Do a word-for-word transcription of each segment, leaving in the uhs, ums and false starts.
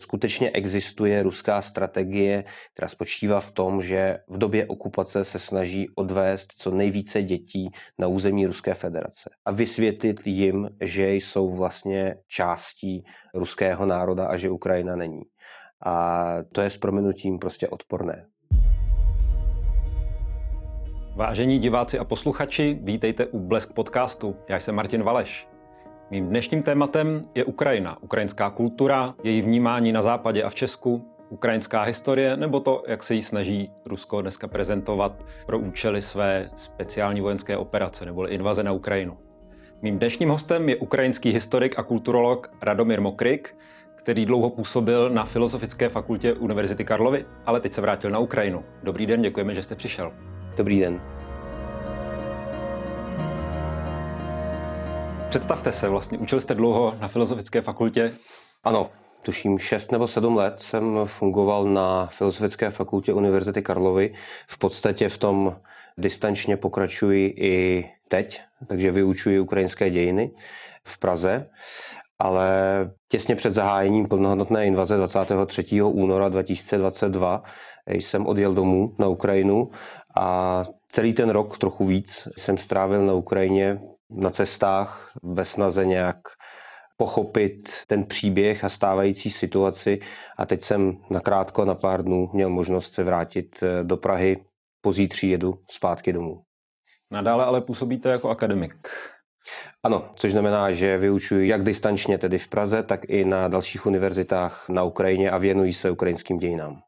skutečně existuje ruská strategie, která spočívá v tom, že v době okupace se snaží odvést co nejvíce dětí na území Ruské federace a vysvětlit jim, že jsou vlastně částí ruského národa a že Ukrajina není. A to je s prominutím prostě odporné. Vážení diváci a posluchači, vítejte u Blesk podcastu. Já jsem Martin Valeš. Mým dnešním tématem je Ukrajina, ukrajinská kultura, její vnímání na západě a v Česku, ukrajinská historie, nebo to, jak se jí snaží Rusko dneska prezentovat pro účely své speciální vojenské operace nebo invaze na Ukrajinu. Mým dnešním hostem je ukrajinský historik a kulturolog Radomír Mokryk, který dlouho působil na Filozofické fakultě Univerzity Karlovy, ale teď se vrátil na Ukrajinu. Dobrý den, děkujeme, že jste přišel. Dobrý den. Představte se, vlastně učil jste dlouho na Filozofické fakultě? Ano, tuším šest nebo sedm let jsem fungoval na Filozofické fakultě Univerzity Karlovy. V podstatě v tom distančně pokračuji i teď, takže vyučuji ukrajinské dějiny v Praze. Ale těsně před zahájením plnohodnotné invaze dvacátého třetího února dva tisíce dvacet dva jsem odjel domů na Ukrajinu a celý ten rok, trochu víc, jsem strávil na Ukrajině na cestách ve snaze nějak pochopit ten příběh a stávající situaci a teď jsem nakrátko na pár dnů měl možnost se vrátit do Prahy, pozítří jedu zpátky domů. Nadále ale působíte jako akademik. Ano, což znamená, že vyučuji jak distančně tedy v Praze, tak i na dalších univerzitách na Ukrajině a věnuji se ukrajinským dějinám.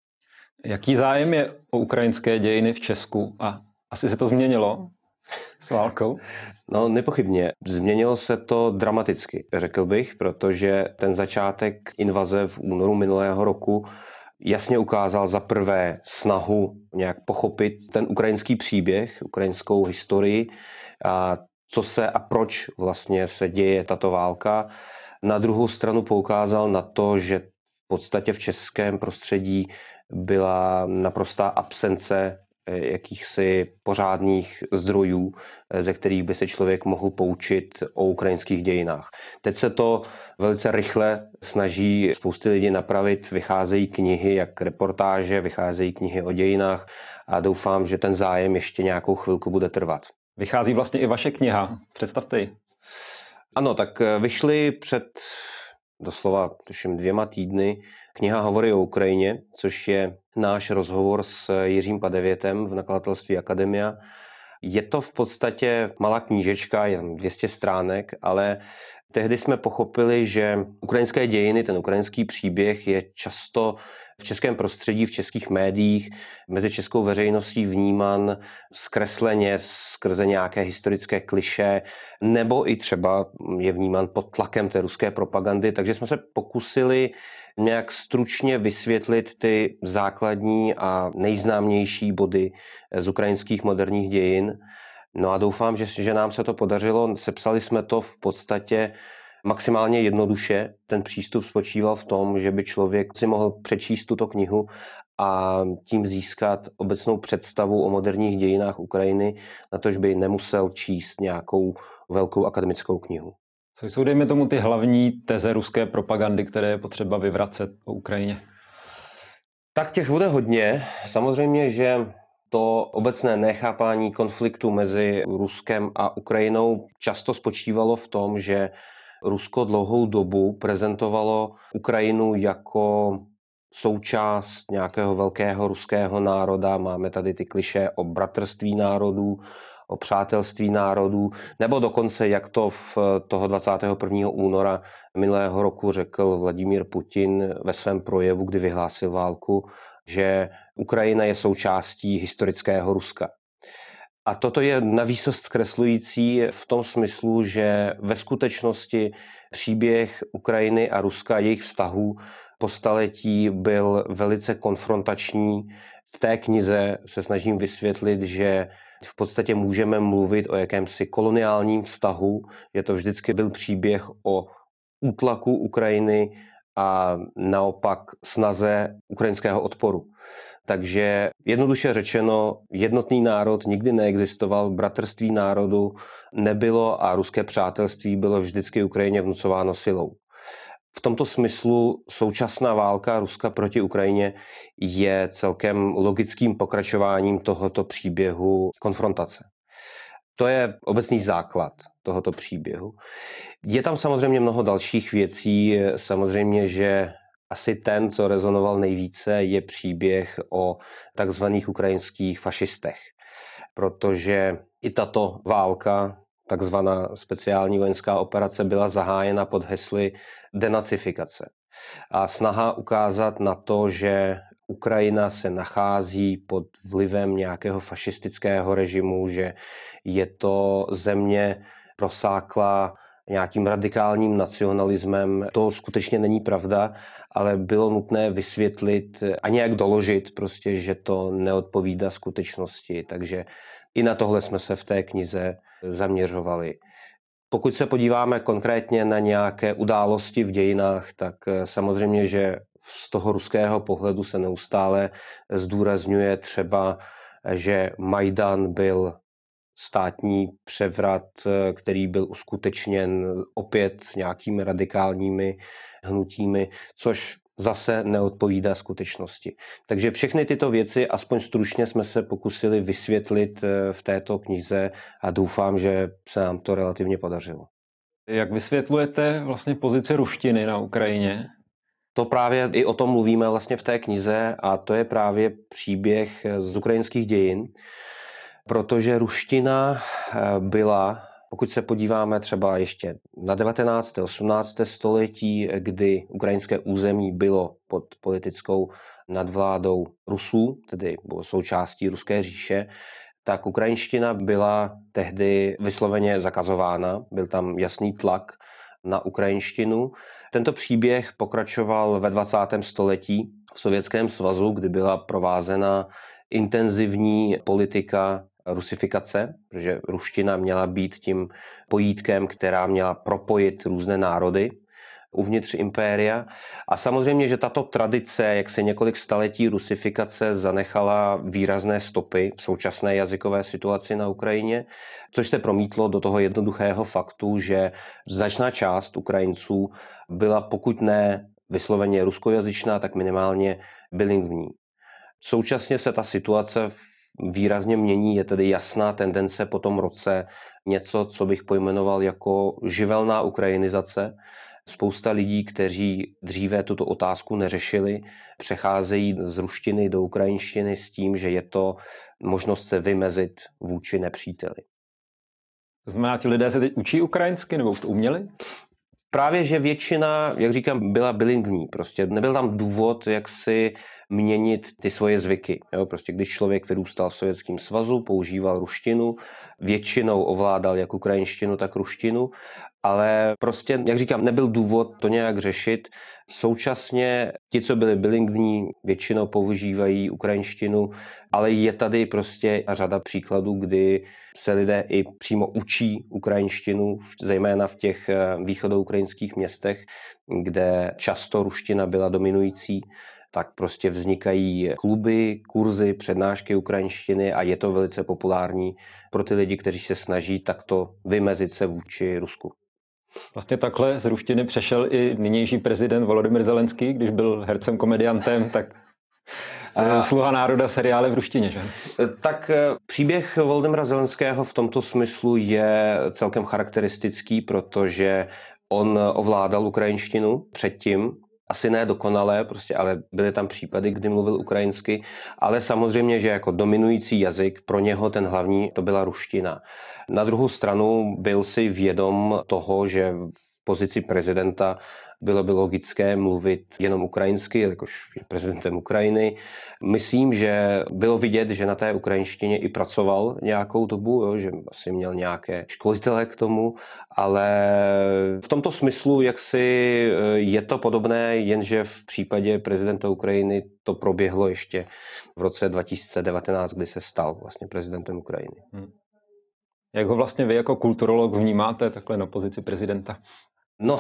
Jaký zájem je o ukrajinské dějiny v Česku a asi se to změnilo s válkou? No nepochybně. Změnilo se to dramaticky, řekl bych, protože ten začátek invaze v únoru minulého roku jasně ukázal za prvé snahu nějak pochopit ten ukrajinský příběh, ukrajinskou historii a co se a proč vlastně se děje tato válka. Na druhou stranu poukázal na to, že v podstatě v českém prostředí byla naprostá absence jakýchsi pořádných zdrojů, ze kterých by se člověk mohl poučit o ukrajinských dějinách. Teď se to velice rychle snaží spousty lidí napravit, vycházejí knihy, jak reportáže, vycházejí knihy o dějinách a doufám, že ten zájem ještě nějakou chvilku bude trvat. Vychází vlastně i vaše kniha, představte ji. Ano, tak vyšly před doslova tuším dvěma týdny kniha Hovory o Ukrajině, což je náš rozhovor s Jiřím Padevětem v nakladatelství Akademia. Je to v podstatě malá knížečka, je dvě stě stránek, ale tehdy jsme pochopili, že ukrajinské dějiny, ten ukrajinský příběh je často v českém prostředí, v českých médiích, mezi českou veřejností vnímán zkresleně skrze nějaké historické klišé, nebo i třeba je vnímán pod tlakem té ruské propagandy. Takže jsme se pokusili nějak stručně vysvětlit ty základní a nejznámější body z ukrajinských moderních dějin. No a doufám, že, že nám se to podařilo. Sepsali jsme to v podstatě maximálně jednoduše. Ten přístup spočíval v tom, že by člověk si mohl přečíst tuto knihu a tím získat obecnou představu o moderních dějinách Ukrajiny, na tož by nemusel číst nějakou velkou akademickou knihu. Co jsou, dejme tomu, ty hlavní teze ruské propagandy, které je potřeba vyvracet o Ukrajině? Tak těch bude hodně. Samozřejmě, že to obecné nechápání konfliktu mezi Ruskem a Ukrajinou často spočívalo v tom, že Rusko dlouhou dobu prezentovalo Ukrajinu jako součást nějakého velkého ruského národa. Máme tady ty klišé o bratrství národů, o přátelství národů, nebo dokonce, jak to v toho dvacátého prvního února minulého roku řekl Vladimír Putin ve svém projevu, kdy vyhlásil válku, že Ukrajina je součástí historického Ruska. A toto je navýsost zkreslující v tom smyslu, že ve skutečnosti příběh Ukrajiny a Ruska, jejich vztahů po staletí byl velice konfrontační. V té knize se snažím vysvětlit, že v podstatě můžeme mluvit o jakémsi koloniálním vztahu, že to vždycky byl příběh o útlaku Ukrajiny a naopak snaze ukrajinského odporu. Takže jednoduše řečeno, jednotný národ nikdy neexistoval, bratrství národu nebylo a ruské přátelství bylo vždycky Ukrajině vnucováno silou. V tomto smyslu současná válka Ruska proti Ukrajině je celkem logickým pokračováním tohoto příběhu konfrontace. To je obecný základ tohoto příběhu. Je tam samozřejmě mnoho dalších věcí. Samozřejmě, že asi ten, co rezonoval nejvíce, je příběh o takzvaných ukrajinských fašistech. Protože i tato válka, takzvaná speciální vojenská operace, byla zahájena pod hesly denacifikace. A snaha ukázat na to, že Ukrajina se nachází pod vlivem nějakého fašistického režimu, že je to země prosáklá nějakým radikálním nacionalismem. To skutečně není pravda, ale bylo nutné vysvětlit a nějak doložit prostě, že to neodpovídá skutečnosti. Takže i na tohle jsme se v té knize zaměřovali. Pokud se podíváme konkrétně na nějaké události v dějinách, tak samozřejmě, že z toho ruského pohledu se neustále zdůrazňuje třeba, že Majdan byl státní převrat, který byl uskutečněn opět nějakými radikálními hnutími, což zase neodpovídá skutečnosti. Takže všechny tyto věci, aspoň stručně, jsme se pokusili vysvětlit v této knize a doufám, že se nám to relativně podařilo. Jak vysvětlujete vlastně pozici ruštiny na Ukrajině? To právě i o tom mluvíme vlastně v té knize a to je právě příběh z ukrajinských dějin, protože ruština byla, pokud se podíváme třeba ještě na devatenácté osmnácté století, kdy ukrajinské území bylo pod politickou nadvládou Rusů, tedy bylo součástí Ruské říše, tak ukrajinština byla tehdy vysloveně zakazována, byl tam jasný tlak na ukrajinštinu. Tento příběh pokračoval ve dvacátém století v Sovětském svazu, kdy byla provázena intenzivní politika rusifikace, protože ruština měla být tím pojítkem, která měla propojit různé národy uvnitř impéria. A samozřejmě, že tato tradice, jak se několik staletí rusifikace, zanechala výrazné stopy v současné jazykové situaci na Ukrajině, což se promítlo do toho jednoduchého faktu, že značná část Ukrajinců byla pokud ne vysloveně ruskojazyčná, tak minimálně bilingvní. Současně se ta situace výrazně mění, je tedy jasná tendence po tom roce něco, co bych pojmenoval jako živelná ukrajinizace. Spousta lidí, kteří dříve tuto otázku neřešili, přecházejí z ruštiny do ukrajinštiny s tím, že je to možnost se vymezit vůči nepříteli. To znamená, ti lidé se teď učí ukrajinsky nebo už to uměli? Právě, že většina, jak říkám, byla bilingvní. Prostě nebyl tam důvod, jak si měnit ty svoje zvyky. Jo? Prostě když člověk vyrůstal v Sovětském svazu, používal ruštinu, většinou ovládal jak ukrajinštinu, tak ruštinu, ale prostě, jak říkám, nebyl důvod to nějak řešit. Současně ti, co byli bilingvní, většinou používají ukrajinštinu, ale je tady prostě řada příkladů, kdy se lidé i přímo učí ukrajinštinu, zejména v těch východoukrajinských městech, kde často ruština byla dominující, tak prostě vznikají kluby, kurzy, přednášky ukrajinštiny a je to velice populární pro ty lidi, kteří se snaží takto vymezit se vůči Rusku. Vlastně takhle z ruštiny přešel i nynější prezident Volodymyr Zelenský, když byl hercem, komediantem, tak a Sluha národa seriály v ruštině, že? Tak příběh Volodymyra Zelenského v tomto smyslu je celkem charakteristický, protože on ovládal ukrajinštinu předtím, asi ne dokonale, prostě, ale byly tam případy, kdy mluvil ukrajinsky, ale samozřejmě, že jako dominující jazyk pro něho ten hlavní to byla ruština. Na druhou stranu byl si vědom toho, že v pozici prezidenta bylo by logické mluvit jenom ukrajinsky, jakož je prezidentem Ukrajiny. Myslím, že bylo vidět, že na té ukrajinštině i pracoval nějakou dobu, jo, že asi měl nějaké školitele k tomu, ale v tomto smyslu, jak si je to podobné, jenže v případě prezidenta Ukrajiny to proběhlo ještě v roce dva tisíce devatenáct, kdy se stal vlastně prezidentem Ukrajiny. Hmm. Jak ho vlastně vy jako kulturolog vnímáte takhle na pozici prezidenta? No,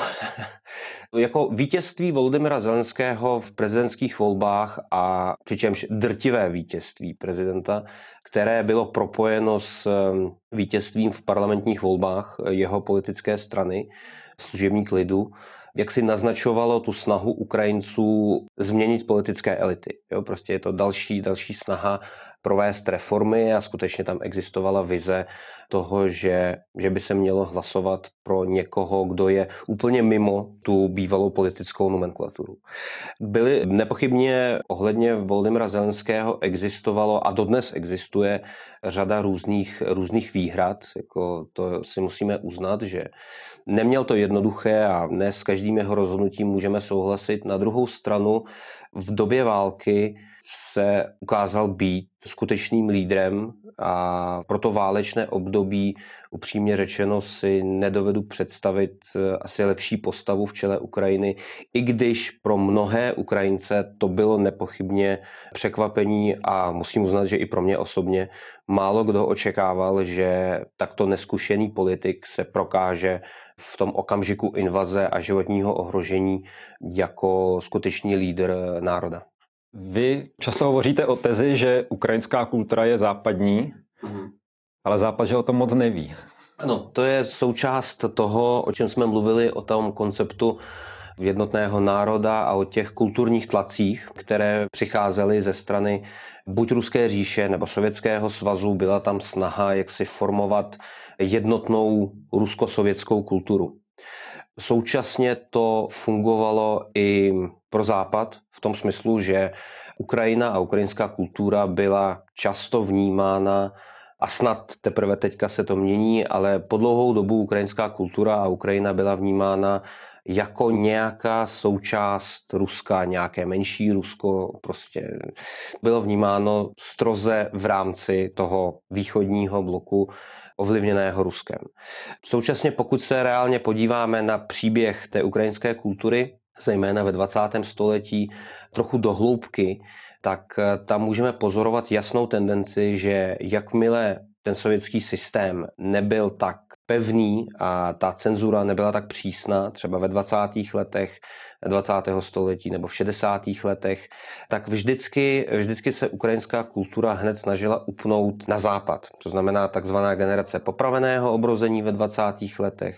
jako vítězství Volodymyra Zelenského v prezidentských volbách a přičemž drtivé vítězství prezidenta, které bylo propojeno s vítězstvím v parlamentních volbách jeho politické strany, služebník lidu, jak si naznačovalo tu snahu Ukrajinců změnit politické elity. Jo, prostě je to další, další snaha provést reformy a skutečně tam existovala vize toho, že, že by se mělo hlasovat pro někoho, kdo je úplně mimo tu bývalou politickou nomenklaturu. Byly nepochybně ohledně Volodymyra Zelenského existovalo a dodnes existuje řada různých, různých výhrad. Jako to si musíme uznat, že neměl to jednoduché a ne s každým jeho rozhodnutím můžeme souhlasit. Na druhou stranu v době války se ukázal být skutečným lídrem a pro to válečné období upřímně řečeno si nedovedu představit asi lepší postavu v čele Ukrajiny, i když pro mnohé Ukrajince to bylo nepochybně překvapení a musím uznat, že i pro mě osobně málo kdo očekával, že takto neskušený politik se prokáže v tom okamžiku invaze a životního ohrožení jako skutečný lídr národa. Vy často hovoříte o tezi, že ukrajinská kultura je západní, mm. ale Západ, že o tom moc neví. Ano, to je součást toho, o čem jsme mluvili, o tom konceptu jednotného národa a o těch kulturních tlacích, které přicházely ze strany buď Ruské říše nebo Sovětského svazu. Byla tam snaha, jak si formovat jednotnou rusko-sovětskou kulturu. Současně to fungovalo i pro Západ v tom smyslu, že Ukrajina a ukrajinská kultura byla často vnímána, a snad teprve teďka se to mění, ale po dlouhou dobu ukrajinská kultura a Ukrajina byla vnímána jako nějaká součást Ruska, nějaké menší Rusko, prostě bylo vnímáno stroze v rámci toho východního bloku ovlivněného Ruskem. Současně pokud se reálně podíváme na příběh té ukrajinské kultury, zejména ve dvacátém století, trochu do hloubky, tak tam můžeme pozorovat jasnou tendenci, že jakmile ten sovětský systém nebyl tak pevný a ta cenzura nebyla tak přísná, třeba ve dvacátých letech dvacátého století nebo v šedesátých letech, tak vždycky, vždycky se ukrajinská kultura hned snažila upnout na západ. To znamená takzvaná generace popraveného obrození ve dvacátých letech,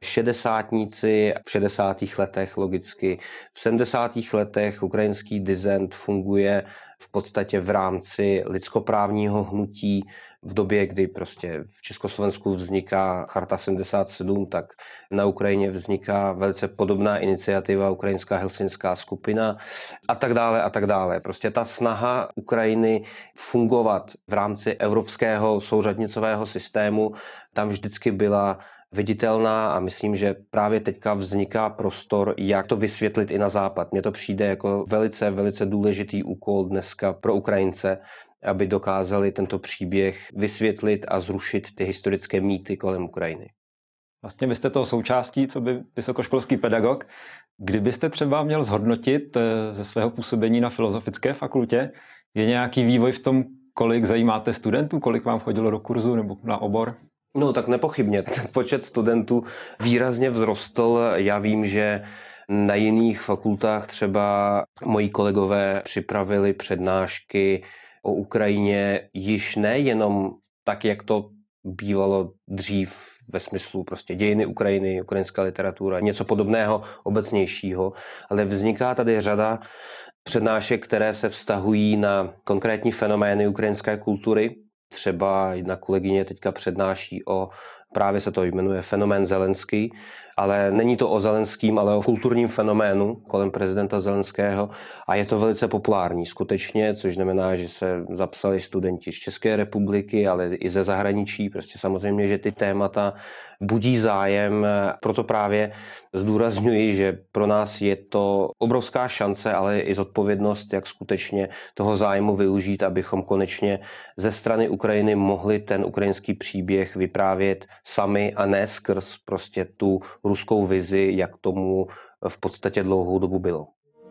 šedesátníci v šedesátých letech logicky. V sedmdesátých letech ukrajinský dissent funguje v podstatě v rámci lidskoprávního hnutí. V době, kdy prostě v Československu vzniká Charta sedmdesát sedm, tak na Ukrajině vzniká velice podobná iniciativa Ukrajinská helsinská skupina a tak dále a tak dále. Prostě ta snaha Ukrajiny fungovat v rámci evropského souřadnicového systému tam vždycky byla viditelná a myslím, že právě teďka vzniká prostor, jak to vysvětlit i na západ. Mně to přijde jako velice, velice důležitý úkol dneska pro Ukrajince, aby dokázali tento příběh vysvětlit a zrušit ty historické mýty kolem Ukrajiny. Vlastně vy jste toho součástí, co by vysokoškolský pedagog. Kdybyste třeba měl zhodnotit ze svého působení na Filozofické fakultě, je nějaký vývoj v tom, kolik zajímáte studentů, kolik vám chodilo do kurzu nebo na obor? No tak nepochybně. Ten počet studentů výrazně vzrostl. Já vím, že na jiných fakultách třeba moji kolegové připravili přednášky o Ukrajině již nejenom tak, jak to bývalo dřív ve smyslu prostě dějiny Ukrajiny, ukrajinská literatura, něco podobného, obecnějšího, ale vzniká tady řada přednášek, které se vztahují na konkrétní fenomény ukrajinské kultury. Třeba jedna kolegyně teďka přednáší o, právě se to jmenuje fenomén Zelenský, ale není to o Zelenským, ale o kulturním fenoménu kolem prezidenta Zelenského a je to velice populární skutečně, což znamená, že se zapsali studenti z České republiky, ale i ze zahraničí, prostě samozřejmě, že ty témata budí zájem, proto právě zdůrazňuji, že pro nás je to obrovská šance, ale i zodpovědnost, jak skutečně toho zájmu využít, abychom konečně ze strany Ukrajiny mohli ten ukrajinský příběh vyprávět sami a ne skrz prostě tu ruskou vizi, jak tomu v podstatě dlouhou dobu bylo.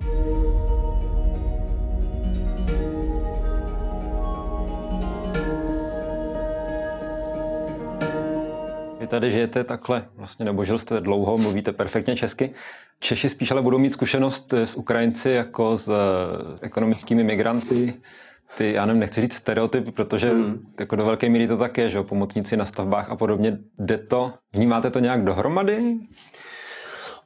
Vy tady žijete takhle, vlastně nebo žil jste dlouho, mluvíte perfektně česky. Češi spíš ale budou mít zkušenost s Ukrajinci jako s ekonomickými migranty. Ty, já nevím, nechci říct stereotyp, protože hmm. jako do velké míry to tak je, že pomocníci na stavbách a podobně. Jde to, vnímáte to nějak dohromady?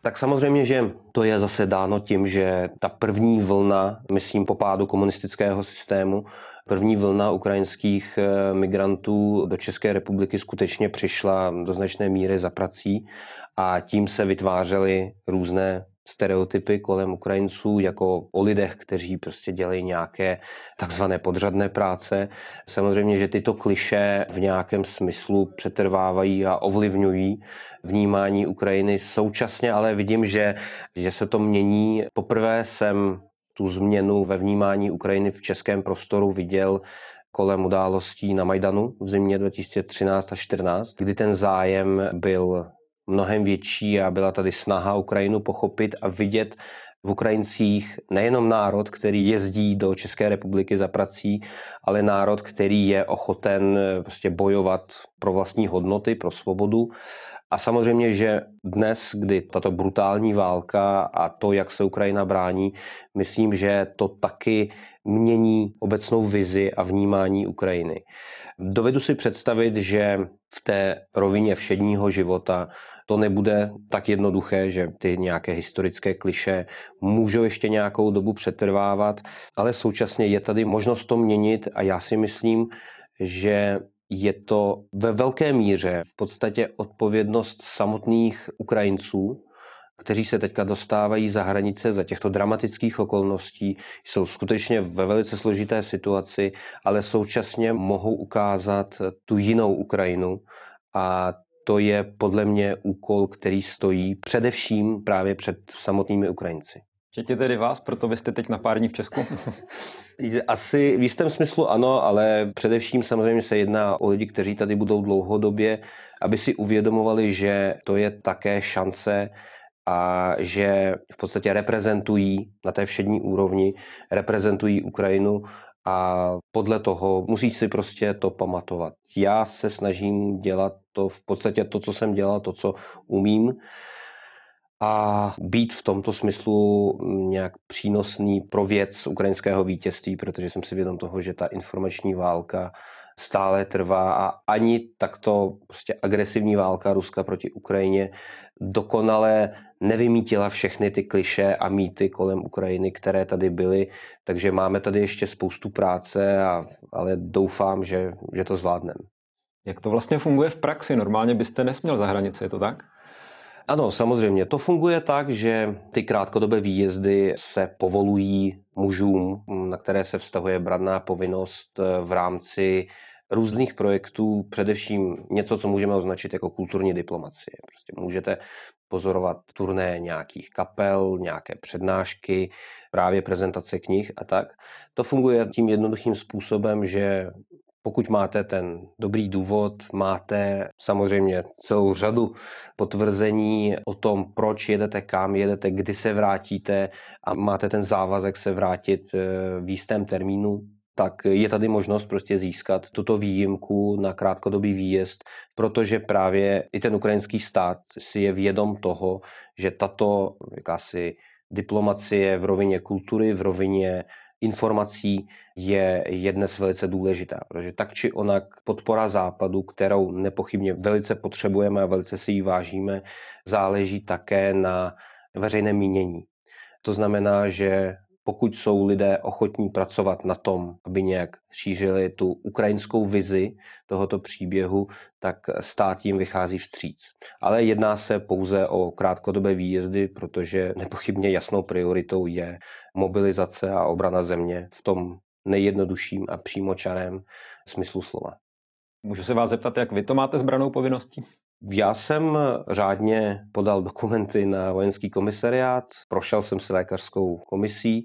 Tak samozřejmě, že to je zase dáno tím, že ta první vlna, myslím po pádu komunistického systému, první vlna ukrajinských migrantů do České republiky skutečně přišla do značné míry za prací a tím se vytvářely různé stereotypy kolem Ukrajinců jako o lidech, kteří prostě dělají nějaké takzvané podřadné práce. Samozřejmě, že tyto klišé v nějakém smyslu přetrvávají a ovlivňují vnímání Ukrajiny. Současně ale vidím, že, že se to mění. Poprvé jsem tu změnu ve vnímání Ukrajiny v českém prostoru viděl kolem událostí na Majdanu v zimě dva tisíce třináct a čtrnáct, kdy ten zájem byl mnohem větší a byla tady snaha Ukrajinu pochopit a vidět v Ukrajincích nejenom národ, který jezdí do České republiky za prací, ale národ, který je ochoten prostě bojovat pro vlastní hodnoty, pro svobodu. A samozřejmě, že dnes, kdy tato brutální válka a to, jak se Ukrajina brání, myslím, že to taky mění obecnou vizi a vnímání Ukrajiny. Dovedu si představit, že v té rovině všedního života to nebude tak jednoduché, že ty nějaké historické klišé můžou ještě nějakou dobu přetrvávat, ale současně je tady možnost to měnit a já si myslím, že je to ve velké míře v podstatě odpovědnost samotných Ukrajinců, kteří se teďka dostávají za hranice za těchto dramatických okolností, jsou skutečně ve velice složité situaci, ale současně mohou ukázat tu jinou Ukrajinu a to je podle mě úkol, který stojí především právě před samotnými Ukrajinci. Včetně tedy vás, proto vy jste teď na pár dní v Česku? Asi v jistém smyslu ano, ale především samozřejmě se jedná o lidi, kteří tady budou dlouhodobě, aby si uvědomovali, že to je také šance a že v podstatě reprezentují na té všední úrovni, reprezentují Ukrajinu a podle toho musí si prostě to pamatovat. Já se snažím dělat to v podstatě to, co jsem dělal, to, co umím, a být v tomto smyslu nějak přínosný pro věc ukrajinského vítězství, protože jsem si vědom toho, že ta informační válka stále trvá a ani takto prostě agresivní válka Ruska proti Ukrajině dokonale nevymítila všechny ty klišé a mýty kolem Ukrajiny, které tady byly, takže máme tady ještě spoustu práce, a, ale doufám, že, že to zvládneme. Jak to vlastně funguje v praxi? Normálně byste nesměl za hranice, je to tak? Ano, samozřejmě. To funguje tak, že ty krátkodobé výjezdy se povolují mužům, na které se vztahuje branná povinnost v rámci různých projektů, především něco, co můžeme označit jako kulturní diplomacie. Prostě můžete pozorovat turné nějakých kapel, nějaké přednášky, právě prezentace knih a tak. To funguje tím jednoduchým způsobem, že pokud máte ten dobrý důvod, máte samozřejmě celou řadu potvrzení o tom, proč jedete, kam jedete, kdy se vrátíte a máte ten závazek se vrátit v jistém termínu, tak je tady možnost prostě získat tuto výjimku na krátkodobý výjezd, protože právě i ten ukrajinský stát si je vědom toho, že tato jakási diplomacie v rovině kultury, v rovině informací je, je dnes velice důležitá, protože tak či onak podpora Západu, kterou nepochybně velice potřebujeme a velice si ji vážíme, záleží také na veřejném mínění. To znamená, že pokud jsou lidé ochotní pracovat na tom, aby nějak šířili tu ukrajinskou vizi tohoto příběhu, tak stát jim vychází vstříc. Ale jedná se pouze o krátkodobé výjezdy, protože nepochybně jasnou prioritou je mobilizace a obrana země v tom nejjednodušším a přímočarém smyslu slova. Můžu se vás zeptat, jak vy to máte s brannou povinností? Já jsem řádně podal dokumenty na vojenský komisariát, prošel jsem si lékařskou komisí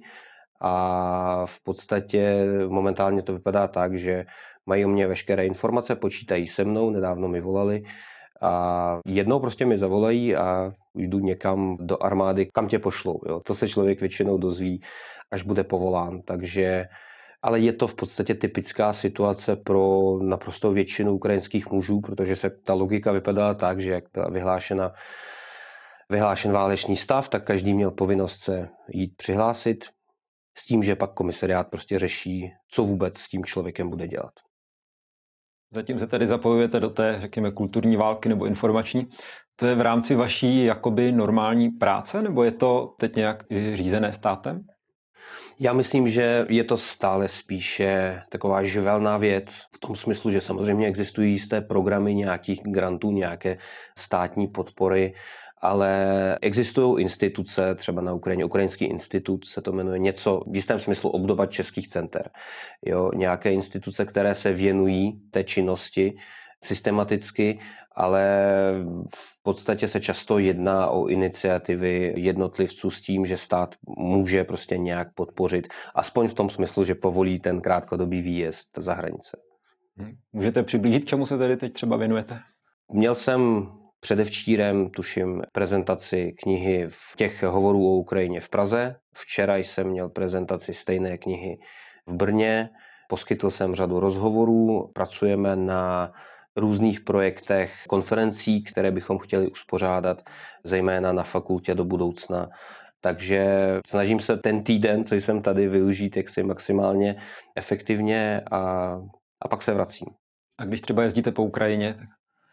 a v podstatě momentálně to vypadá tak, že mají o mě veškeré informace, počítají se mnou, nedávno mi volali a jednou prostě mi zavolají a jdu někam do armády, kam tě pošlou. Jo. To se člověk většinou dozví, až bude povolán, takže ale je to v podstatě typická situace pro naprostou většinu ukrajinských mužů, protože se ta logika vypadala tak, že jak byla vyhlášena, vyhlášen válečný stav, tak každý měl povinnost se jít přihlásit s tím, že pak komisariát prostě řeší, co vůbec s tím člověkem bude dělat. Zatím se tedy zapojujete do té, řekněme, kulturní války nebo informační. To je v rámci vaší jakoby normální práce, nebo je to teď nějak řízené státem? Já myslím, že je to stále spíše taková živelná věc v tom smyslu, že samozřejmě existují jisté programy nějakých grantů, nějaké státní podpory, ale existují instituce, třeba na Ukrajině, Ukrajinský institut se to jmenuje, něco v jistém smyslu obdoba českých center. Jo, nějaké instituce, které se věnují té činnosti systematicky, ale v podstatě se často jedná o iniciativy jednotlivců s tím, že stát může prostě nějak podpořit, aspoň v tom smyslu, že povolí ten krátkodobý výjezd za hranice. Můžete přiblížit, čemu se tedy teď třeba věnujete? Měl jsem předevčírem, tuším, prezentaci knihy v těch hovorů o Ukrajině v Praze. Včera jsem měl prezentaci stejné knihy v Brně. Poskytl jsem řadu rozhovorů, pracujeme na různých projektech, konferencí, které bychom chtěli uspořádat, zejména na fakultě do budoucna. Takže snažím se ten týden, co jsem tady, využít jaksi maximálně efektivně a, a pak se vracím. A když třeba jezdíte po Ukrajině? Tak...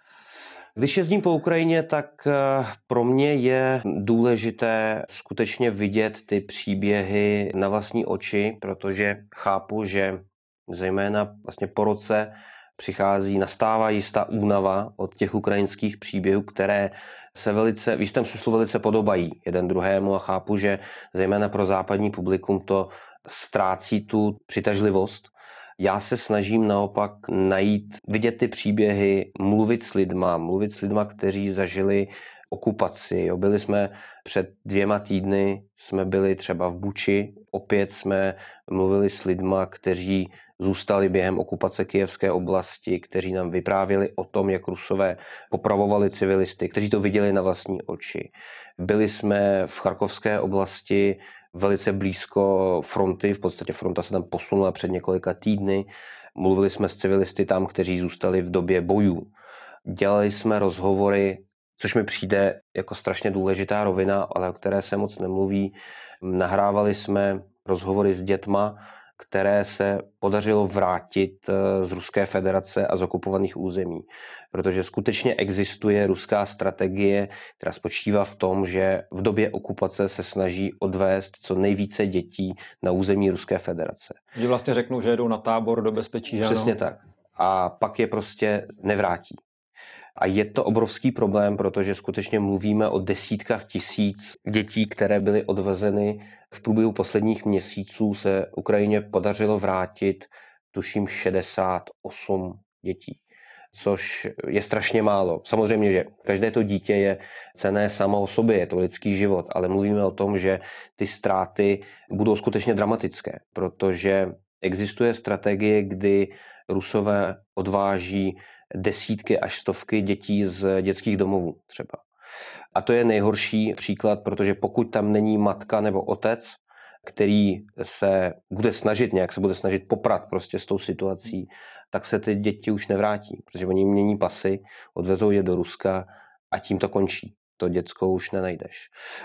Když jezdím po Ukrajině, tak pro mě je důležité skutečně vidět ty příběhy na vlastní oči, protože chápu, že zejména vlastně po roce přichází, nastává jistá únava od těch ukrajinských příběhů, které se velice, v jistém smyslu velice podobají jeden druhému a chápu, že zejména pro západní publikum to ztrácí tu přitažlivost. Já se snažím naopak najít, vidět ty příběhy, mluvit s lidma, mluvit s lidma, kteří zažili okupaci. Jo. Byli jsme před dvěma týdny, jsme byli třeba v Buči, opět jsme mluvili s lidma, kteří zůstali během okupace Kyjevské oblasti, kteří nám vyprávěli o tom, jak Rusové popravovali civilisty, kteří to viděli na vlastní oči. Byli jsme v Charkovské oblasti velice blízko fronty, v podstatě fronta se tam posunula před několika týdny. Mluvili jsme s civilisty tam, kteří zůstali v době bojů. Dělali jsme rozhovory, což mi přijde jako strašně důležitá rovina, ale o které se moc nemluví. Nahrávali jsme rozhovory s dětma, které se podařilo vrátit z Ruské federace a z okupovaných území. Protože skutečně existuje ruská strategie, která spočívá v tom, že v době okupace se snaží odvést co nejvíce dětí na území Ruské federace. Že vlastně řeknou, že jedou na tábor do bezpečí, že ano? Přesně tak. A pak je prostě nevrátí. A je to obrovský problém, protože skutečně mluvíme o desítkách tisíc dětí, které byly odvezeny. V průběhu posledních měsíců se Ukrajině podařilo vrátit, tuším, šedesát osm dětí, což je strašně málo. Samozřejmě, že každé to dítě je cenné samo o sobě, je to lidský život, ale mluvíme o tom, že ty ztráty budou skutečně dramatické, protože existuje strategie, kdy Rusové odváží desítky až stovky dětí z dětských domovů třeba. A to je nejhorší příklad, protože pokud tam není matka nebo otec, který se bude snažit, nějak se bude snažit poprat prostě s tou situací, tak se ty děti už nevrátí, protože oni mění pasy, odvezou je do Ruska a tím to končí. To děcko už nenajdeš.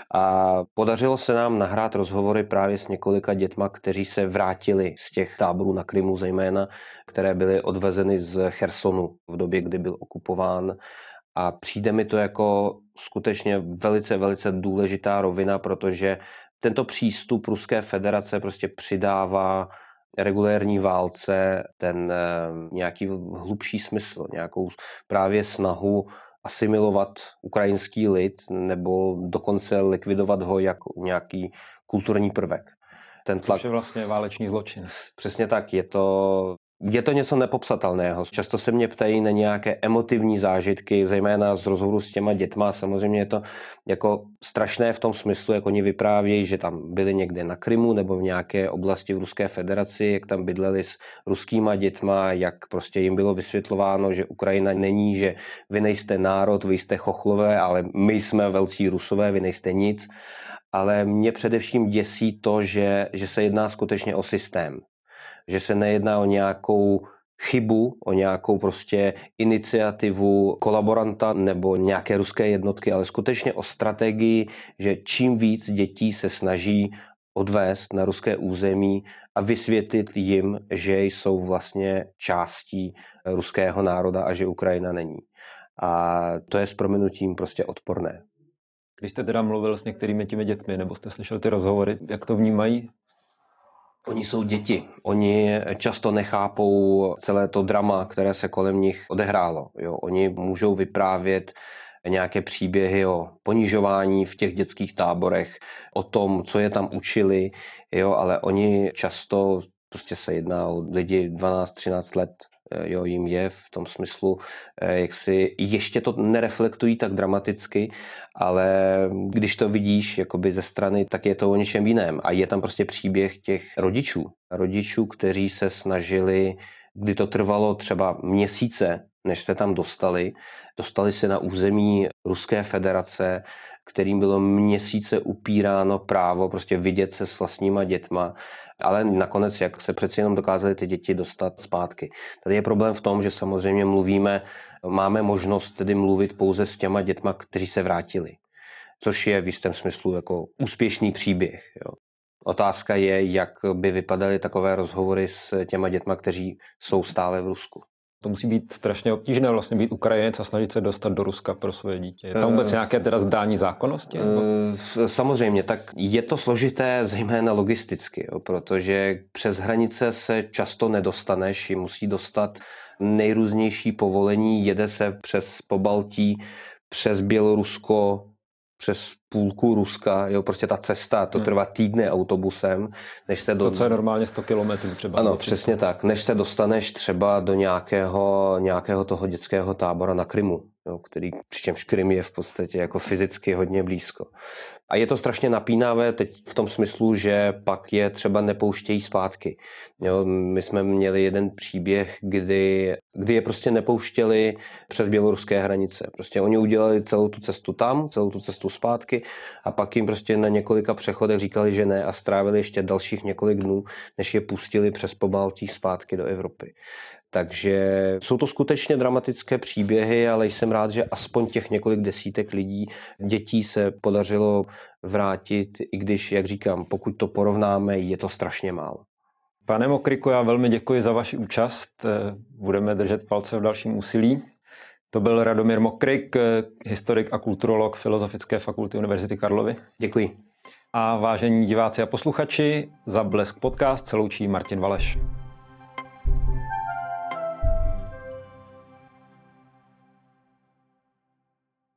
A podařilo se nám nahrát rozhovory právě s několika dětma, kteří se vrátili z těch táborů na Krymu zejména, které byly odvezeny z Chersonu v době, kdy byl okupován. A přijde mi to jako skutečně velice, velice důležitá rovina, protože tento přístup Ruské federace prostě přidává regulérní válce ten nějaký hlubší smysl, nějakou právě snahu asimilovat ukrajinský lid nebo dokonce likvidovat ho jako nějaký kulturní prvek. Ten tlak... Což je vlastně válečný zločin. Přesně tak, je to, je to něco nepopsatelného. Často se mě ptají na nějaké emotivní zážitky, zejména z rozhovoru s těma dětma. Samozřejmě je to jako strašné v tom smyslu, jak oni vyprávějí, že tam byli někde na Krymu nebo v nějaké oblasti v Ruské federaci, jak tam bydleli s ruskýma dětma, jak prostě jim bylo vysvětlováno, že Ukrajina není, že vy nejste národ, vy jste chochlové, ale my jsme velcí Rusové, vy nejste nic. Ale mě především děsí to, že, že se jedná skutečně o systém. Že se nejedná o nějakou chybu, o nějakou prostě iniciativu kolaboranta nebo nějaké ruské jednotky, ale skutečně o strategii, že čím víc dětí se snaží odvést na ruské území a vysvětlit jim, že jsou vlastně částí ruského národa a že Ukrajina není. A to je s prominutím prostě odporné. Když jste teda mluvil s některými těmi dětmi, nebo jste slyšel ty rozhovory, jak to vnímají? Oni jsou děti. Oni často nechápou celé to drama, které se kolem nich odehrálo. Jo. Oni můžou vyprávět nějaké příběhy o ponižování v těch dětských táborech, o tom, co je tam učili, jo, ale oni často, prostě se jedná o lidi dvanáct třináct let, jo, jim je v tom smyslu, jak si ještě to nereflektují tak dramaticky, ale když to vidíš jakoby ze strany, tak je to o něčem jiném. A je tam prostě příběh těch rodičů. Rodičů, kteří se snažili, kdy to trvalo třeba měsíce, než se tam dostali, dostali se na území Ruské federace, kterým bylo měsíce upíráno právo prostě vidět se s vlastníma dětma, ale nakonec, jak se přeci jenom dokázali ty děti dostat zpátky. Tady je problém v tom, že samozřejmě mluvíme, máme možnost tedy mluvit pouze s těma dětma, kteří se vrátili, což je v jistém smyslu jako úspěšný příběh. Jo. Otázka je, jak by vypadaly takové rozhovory s těma dětma, kteří jsou stále v Rusku. To musí být strašně obtížné vlastně být Ukrajinec a snažit se dostat do Ruska pro svoje dítě. Je tam vůbec nějaké teda zdání zákonnosti? Nebo? Samozřejmě, tak je to složité zejména logisticky, jo, protože přes hranice se často nedostaneš, musí dostat nejrůznější povolení, jede se přes Pobaltí, přes Bělorusko, přes půlku Ruska, jo, prostě ta cesta, to trvá týdny autobusem, než se do... To, co je normálně sto kilometrů třeba. Ano, přesně tak, než se dostaneš třeba do nějakého, nějakého toho dětského tábora na Krymu, jo, který, přičemž Krym je v podstatě jako fyzicky hodně blízko. A je to strašně napínavé teď v tom smyslu, že pak je třeba nepouštějí zpátky. Jo, my jsme měli jeden příběh, kdy, kdy je prostě nepouštěli přes běloruské hranice. Prostě oni udělali celou tu cestu tam, celou tu cestu zpátky a pak jim prostě na několika přechodech říkali, že ne a strávili ještě dalších několik dnů, než je pustili přes Pobaltí zpátky do Evropy. Takže jsou to skutečně dramatické příběhy, ale jsem rád, že aspoň těch několik desítek lidí, dětí se podařilo vrátit, i když, jak říkám, pokud to porovnáme, je to strašně málo. Pane Mokryku, já velmi děkuji za vaši účast. Budeme držet palce v dalším úsilí. To byl Radomír Mokryk, historik a kulturolog Filozofické fakulty Univerzity Karlovy. Děkuji. A vážení diváci a posluchači, za Blesk podcast se loučí Martin Valeš.